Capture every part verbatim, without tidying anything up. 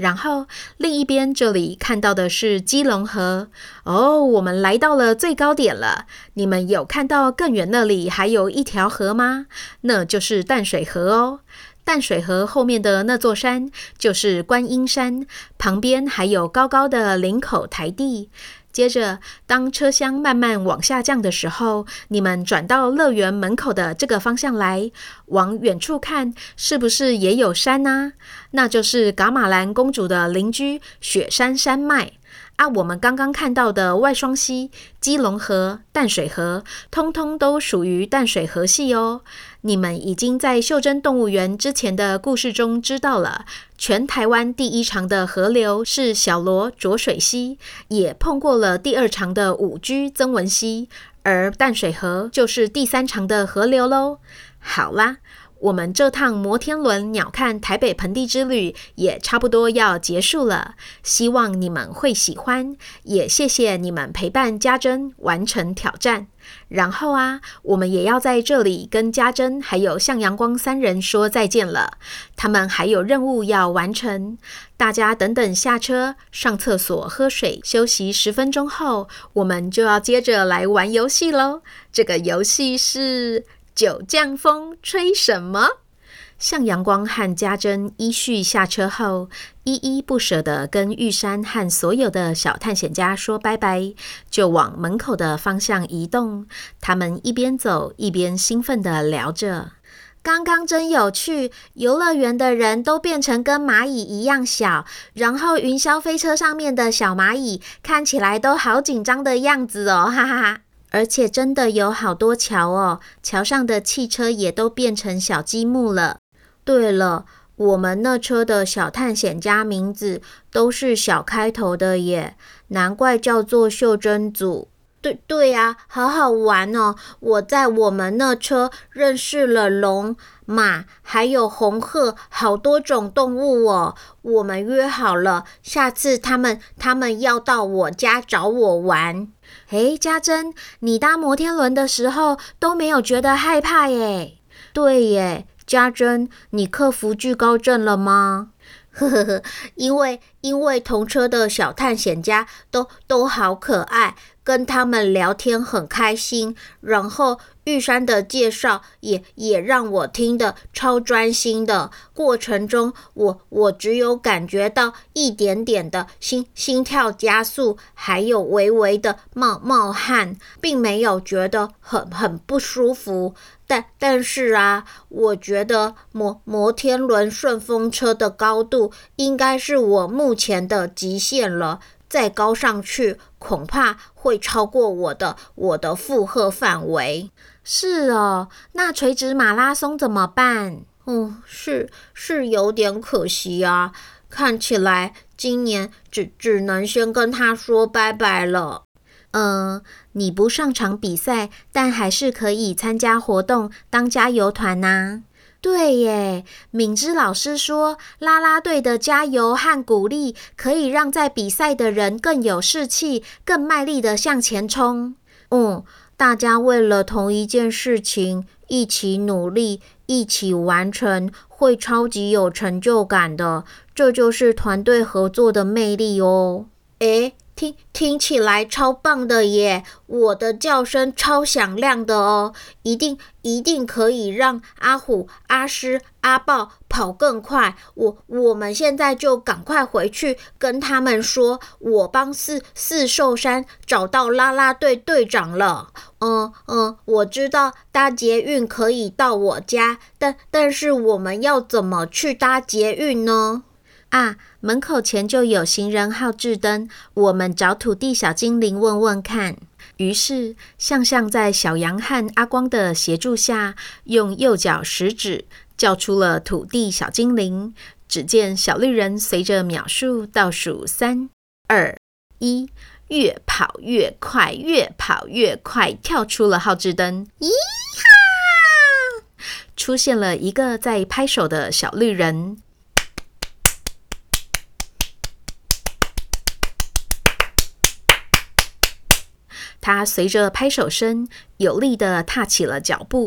然后另一边这里看到的是基隆河。哦，我们来到了最高点了。你们有看到更远那里还有一条河吗？那就是淡水河哦。淡水河后面的那座山就是观音山，旁边还有高高的林口台地。接着，当车厢慢慢往下降的时候，你们转到乐园门口的这个方向来，往远处看，是不是也有山啊？那就是噶玛兰公主的邻居雪山山脉啊。我们刚刚看到的外双溪、基隆河、淡水河，通通都属于淡水河系哦。你们已经在袖珍动物园之前的故事中知道了，全台湾第一长的河流是小罗浊水溪，也碰过了第二长的五居曾文溪，而淡水河就是第三长的河流咯。好啦，我们这趟摩天轮鸟瞰台北盆地之旅也差不多要结束了，希望你们会喜欢，也谢谢你们陪伴家珍完成挑战。然后啊，我们也要在这里跟家珍还有向阳光三人说再见了，他们还有任务要完成。大家等等下车上厕所喝水休息十分钟后，我们就要接着来玩游戏咯。这个游戏是九降风吹什么？向阳光和家珍依序下车后，依依不舍地跟玉山和所有的小探险家说拜拜，就往门口的方向移动。他们一边走一边兴奋地聊着。刚刚真有趣，游乐园的人都变成跟蚂蚁一样小，然后云霄飞车上面的小蚂蚁看起来都好紧张的样子哦，哈哈哈。而且真的有好多桥哦，桥上的汽车也都变成小积木了。对了，我们那车的小探险家名字都是小开头的耶，难怪叫做袖珍组。对对呀、啊，好好玩哦！我在我们那车认识了龙、马，还有红鹤，好多种动物哦。我们约好了，下次他们他们要到我家找我玩。诶，家珍，你搭摩天轮的时候都没有觉得害怕耶？对耶。家珍，你克服惧高症了吗？呵呵呵，因为因为同车的小探险家都都好可爱，跟他们聊天很开心，然后玉山的介绍也也让我听得超专心的。过程中，我我只有感觉到一点点的心心跳加速，还有微微的冒冒汗，并没有觉得很很不舒服。但但是啊，我觉得摩摩天轮顺风车的高度应该是我目前的极限了，再高上去恐怕会超过我的我的负荷范围。是哦，那垂直马拉松怎么办？嗯，是是有点可惜啊，看起来今年只只能先跟他说拜拜了。嗯，你不上场比赛，但还是可以参加活动当加油团啊。对耶，敏芝老师说，啦啦队的加油和鼓励可以让在比赛的人更有士气，更卖力的向前冲。嗯，大家为了同一件事情一起努力，一起完成，会超级有成就感的。这就是团队合作的魅力哦。诶，听听起来超棒的耶！我的叫声超响亮的哦，一定一定可以让阿虎、阿诗、阿豹跑更快。我我们现在就赶快回去跟他们说，我帮四四寿山找到啦啦队队长了。嗯嗯，我知道搭捷运可以到我家，但但是我们要怎么去搭捷运呢？啊，门口前就有行人号志灯，我们找土地小精灵问问看。于是向向在小羊和阿光的协助下，用右脚食指叫出了土地小精灵。只见小绿人随着秒数倒数三二一，越跑越快，越跑越快，跳出了号志灯。咦哈！出现了一个在拍手的小绿人。他随着拍手声有力地踏起了脚步，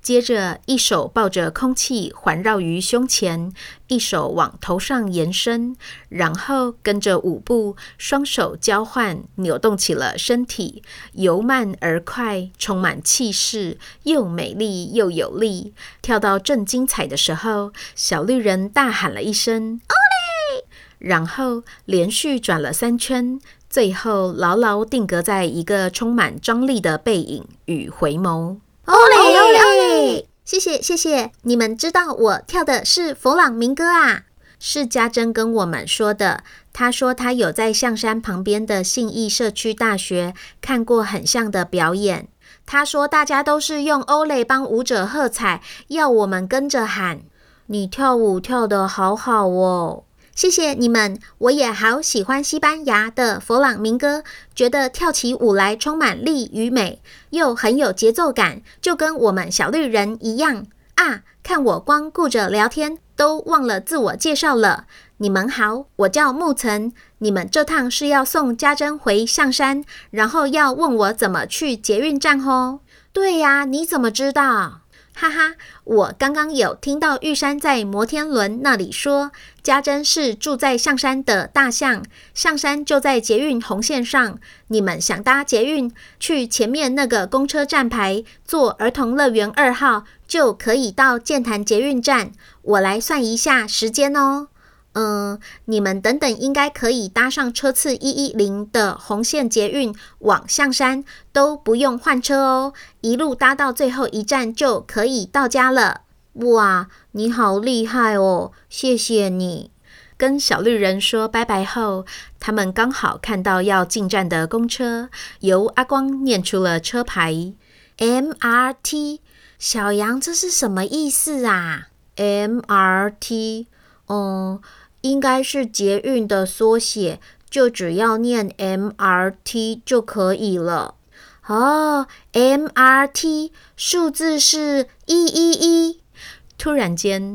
接着一手抱着空气环绕于胸前，一手往头上延伸，然后跟着舞步，双手交换，扭动起了身体，由慢而快，充满气势，又美丽又有力。跳到正精彩的时候，小绿人大喊了一声“欧嘞”，然后连续转了三圈，最后牢牢定格在一个充满张力的背影与回眸。 欧嘞欧嘞欧嘞！谢谢谢谢，你们知道我跳的是佛朗明哥啊？ 是家珍跟我们说的，她说她有在象山旁边的信义社区大学看过很像的表演。她说大家都是用欧嘞帮舞者喝彩，要我们跟着喊。你跳舞跳得好好哦。 谢谢你们，我也好喜欢西班牙的佛朗明哥，觉得跳起舞来充满力与美，又很有节奏感，就跟我们小绿人一样啊！看我光顾着聊天，都忘了自我介绍了。你们好，我叫木岑，你们这趟是要送家珍回象山，然后要问我怎么去捷运站吼？对呀，你怎么知道？哈哈，我刚刚有听到玉山在摩天轮那里说，家珍是住在象山的大象，象山就在捷运红线上。你们想搭捷运去前面那个公车站牌，坐儿童乐园二号，就可以到剑潭捷运站。我来算一下时间哦。嗯，你们等等应该可以搭上车次一一零的红线捷运往象山，都不用换车哦，一路搭到最后一站就可以到家了。哇，你好厉害哦，谢谢你。 跟小绿人说拜拜后，他们刚好看到要进站的公车，由阿光念出了车牌 M R T。 小杨，这是什么意思啊？ M R T 嗯，应该是捷运的缩写，就只要念 M R T 就可以了。哦 M R T 数字是一一一。 突然间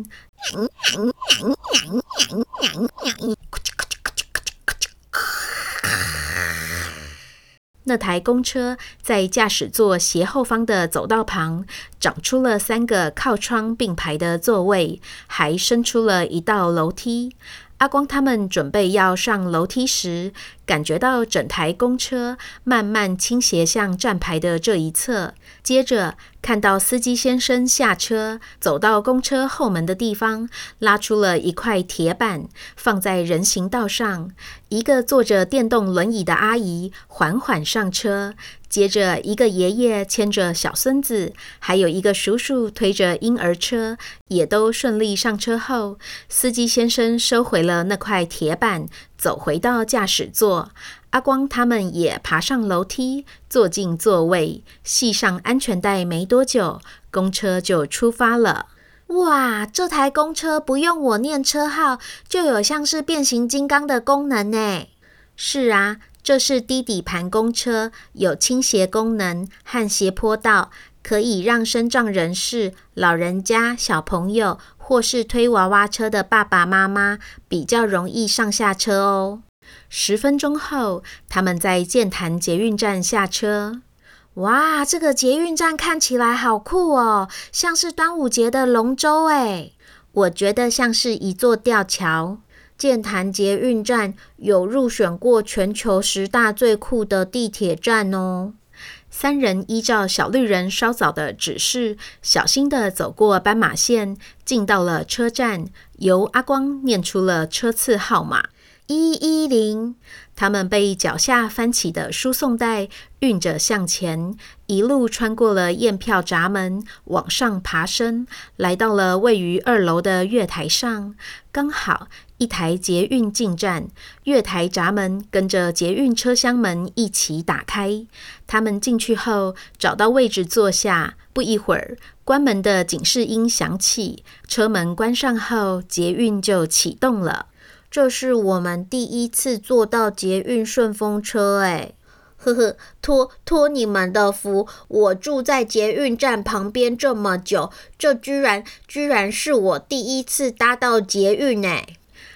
那台公车在驾驶座斜后方的走道旁长出了三个靠窗并排的座位，还伸出了一道楼梯。阿光他们准备要上楼梯时，感觉到整台公车慢慢倾斜向站牌的这一侧，接着看到司机先生下车，走到公车后门的地方，拉出了一块铁板，放在人行道上。一个坐着电动轮椅的阿姨缓缓上车，接着一个爷爷牵着小孙子，还有一个叔叔推着婴儿车，也都顺利上车后，司机先生收回了那块铁板，走回到驾驶座。阿光他们也爬上楼梯，坐进座位，系上安全带没多久，公车就出发了。 哇，这台公车不用我念车号，就有像是变形金刚的功能呢。 是啊，这是低底盘公车，有倾斜功能和斜坡道，可以让身障人士、老人家、小朋友或是推娃娃车的爸爸妈妈比较容易上下车哦。十分钟后，他们在剑潭捷运站下车。 哇，这个捷运站看起来好酷哦，像是端午节的龙舟诶。 我觉得像是一座吊桥。 剑潭捷运站有入选过全球十大最酷的地铁站哦。 三人依照小绿人稍早的指示，小心地走过斑马线，进到了车站，由阿光念出了车次号码一一零。他们被脚下翻起的输送带运着向前，一路穿过了验票闸门，往上爬升，来到了位于二楼的月台上。刚好一台捷运进站，月台闸门跟着捷运车厢门一起打开。他们进去后找到位置坐下，不一会儿关门的警示音响起，车门关上后，捷运就启动了。 这是我们第一次坐到捷运顺风车诶。呵呵，托托你们的福，我住在捷运站旁边这么久，这居然居然是我第一次搭到捷运诶。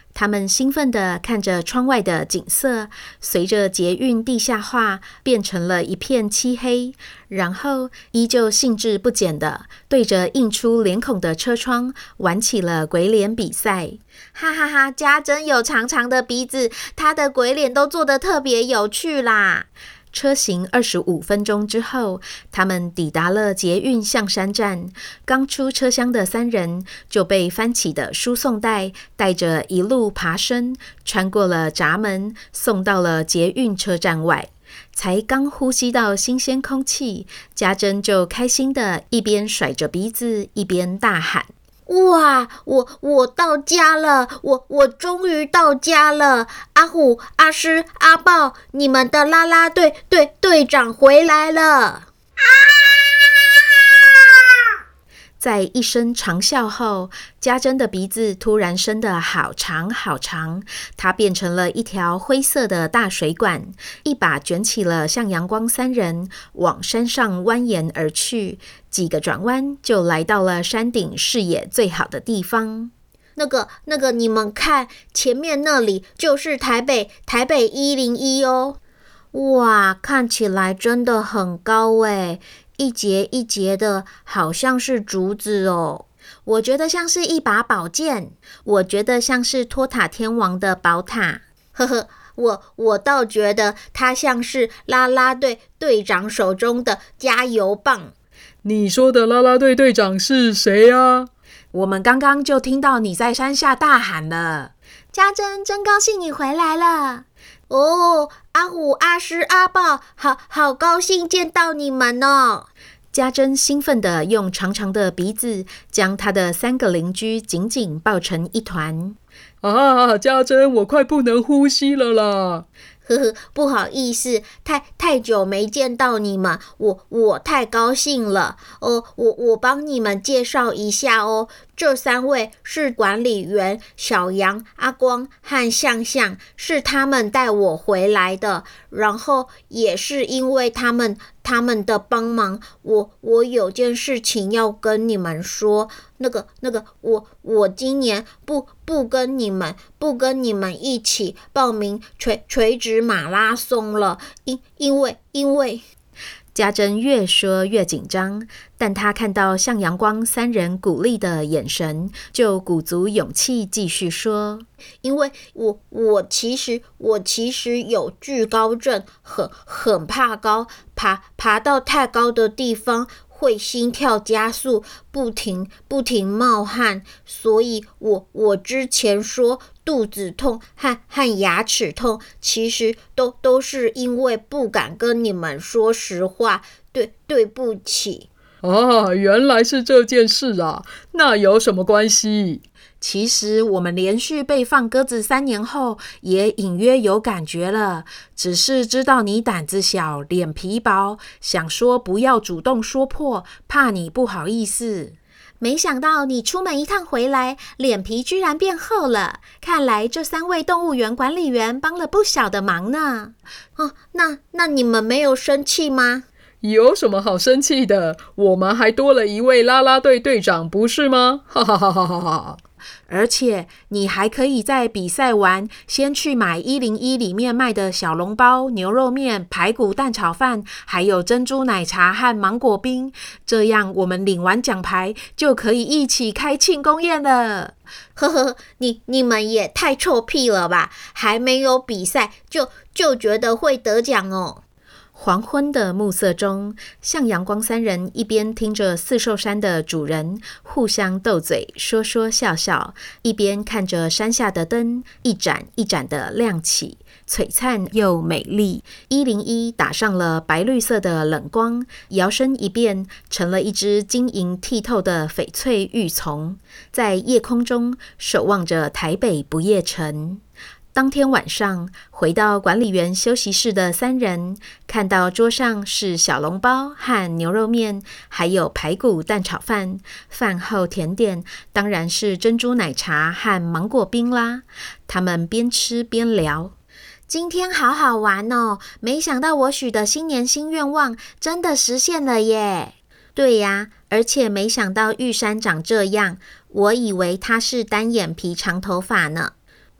他们兴奋地看着窗外的景色，随着捷运地下化变成了一片漆黑，然后依旧兴致不减地对着映出脸孔的车窗玩起了鬼脸比赛。 哈哈哈，家珍有长长的鼻子，她的鬼脸都做得特别有趣啦。 车行二十五分钟之后，他们抵达了捷运象山站。刚出车厢的三人就被翻起的输送带带着一路爬升，穿过了闸门，送到了捷运车站外。才刚呼吸到新鲜空气，家珍就开心的一边甩着鼻子，一边大喊： 哇，我我到家了，我我终于到家了！阿虎、阿诗、阿豹，你们的啦啦队队队长回来了！啊！ 在一声长啸后，家珍的鼻子突然伸得好长好长，它变成了一条灰色的大水管，一把卷起了向阳光三人，往山上蜿蜒而去。几个转弯就来到了山顶视野最好的地方。 那个、那个，你们看，前面那里就是台北台北一零一哦。哇，看起来真的很高诶，一节一节的，好像是竹子哦。我觉得像是一把宝剑，我觉得像是托塔天王的宝塔。呵呵，我我倒觉得它像是啦啦队队长手中的加油棒。 你说的啦啦队队长是谁啊？ 我们刚刚就听到你在山下大喊了。 家珍，真高兴你回来了。哦，阿虎、阿诗、阿豹，好好高兴见到你们哦。 家珍兴奋地用长长的鼻子将她的三个邻居紧紧抱成一团。 啊，家珍，我快不能呼吸了啦！ 呵呵，不好意思，太太久没见到你们，我我太高兴了。哦，我我帮你们介绍一下哦，这三位是管理员小杨、阿光和向向，是他们带我回来的。然后也是因为他们他们的帮忙，我我有件事情要跟你们说。那个那个，我我今年不不跟你们不跟你们一起报名垂垂直马拉松了，因因为因为。 家珍越说越紧张，但她看到向阳光三人鼓励的眼神，就鼓足勇气继续说： 因为我我其实我其实有惧高症，很很怕高，爬爬到太高的地方会心跳加速，不停不停冒汗，所以我我之前说肚子痛和和牙齿痛，其实都都是因为不敢跟你们说实话，对对不起。 啊，原来是这件事啊，那有什么关系？ 其实我们连续被放鸽子三年后，也隐约有感觉了，只是知道你胆子小，脸皮薄，想说不要主动说破，怕你不好意思。 没想到你出门一趟回来，脸皮居然变厚了。看来这三位动物园管理员帮了不小的忙呢。哦，那那你们没有生气吗？ 有什么好生气的？我们还多了一位啦啦队队长，不是吗？哈哈哈哈哈哈！ 而且你还可以在比赛完先去买一零一里面卖的小笼包、牛肉面、排骨蛋炒饭，还有珍珠奶茶和芒果冰，这样我们领完奖牌就可以一起开庆功宴了。 呵呵，你你们也太臭屁了吧，还没有比赛就就觉得会得奖哦。 黄昏的暮色中，向阳光三人一边听着四兽山的主人互相斗嘴说说笑笑，一边看着山下的灯一盏一盏的亮起，璀璨又美丽。一零一打上了白绿色的冷光，摇身一变成了一只晶莹剔透的翡翠玉琮，在夜空中守望着台北不夜城。当天晚上，回到管理员休息室的三人，看到桌上是小笼包和牛肉面，还有排骨蛋炒饭。饭后甜点当然是珍珠奶茶和芒果冰啦。他们边吃边聊。 今天好好玩哦，没想到我许的新年新愿望真的实现了耶。对呀，而且没想到玉山长这样，我以为他是单眼皮长头发呢。